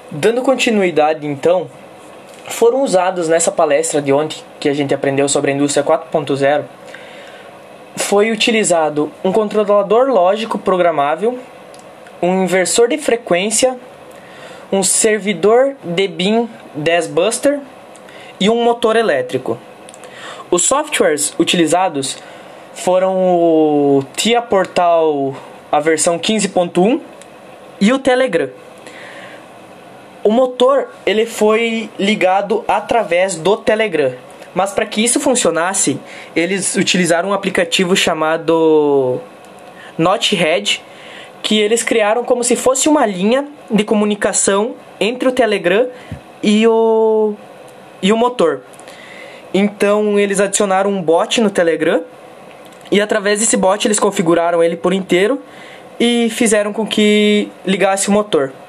Dando continuidade, então, foram usados nessa palestra de ontem, que a gente aprendeu sobre a indústria 4.0, foi utilizado um controlador lógico programável, um inversor de frequência, um servidor Debian 10 Buster e um motor elétrico. Os softwares utilizados foram o TIA Portal, a versão 15.1, e o Telegram. O motor ele foi ligado através do Telegram, mas para que isso funcionasse, eles utilizaram um aplicativo chamado Notehead, que eles criaram como se fosse uma linha de comunicação entre o Telegram e o motor. Então eles adicionaram um bot no Telegram e através desse bot eles configuraram ele por inteiro e fizeram com que ligasse o motor.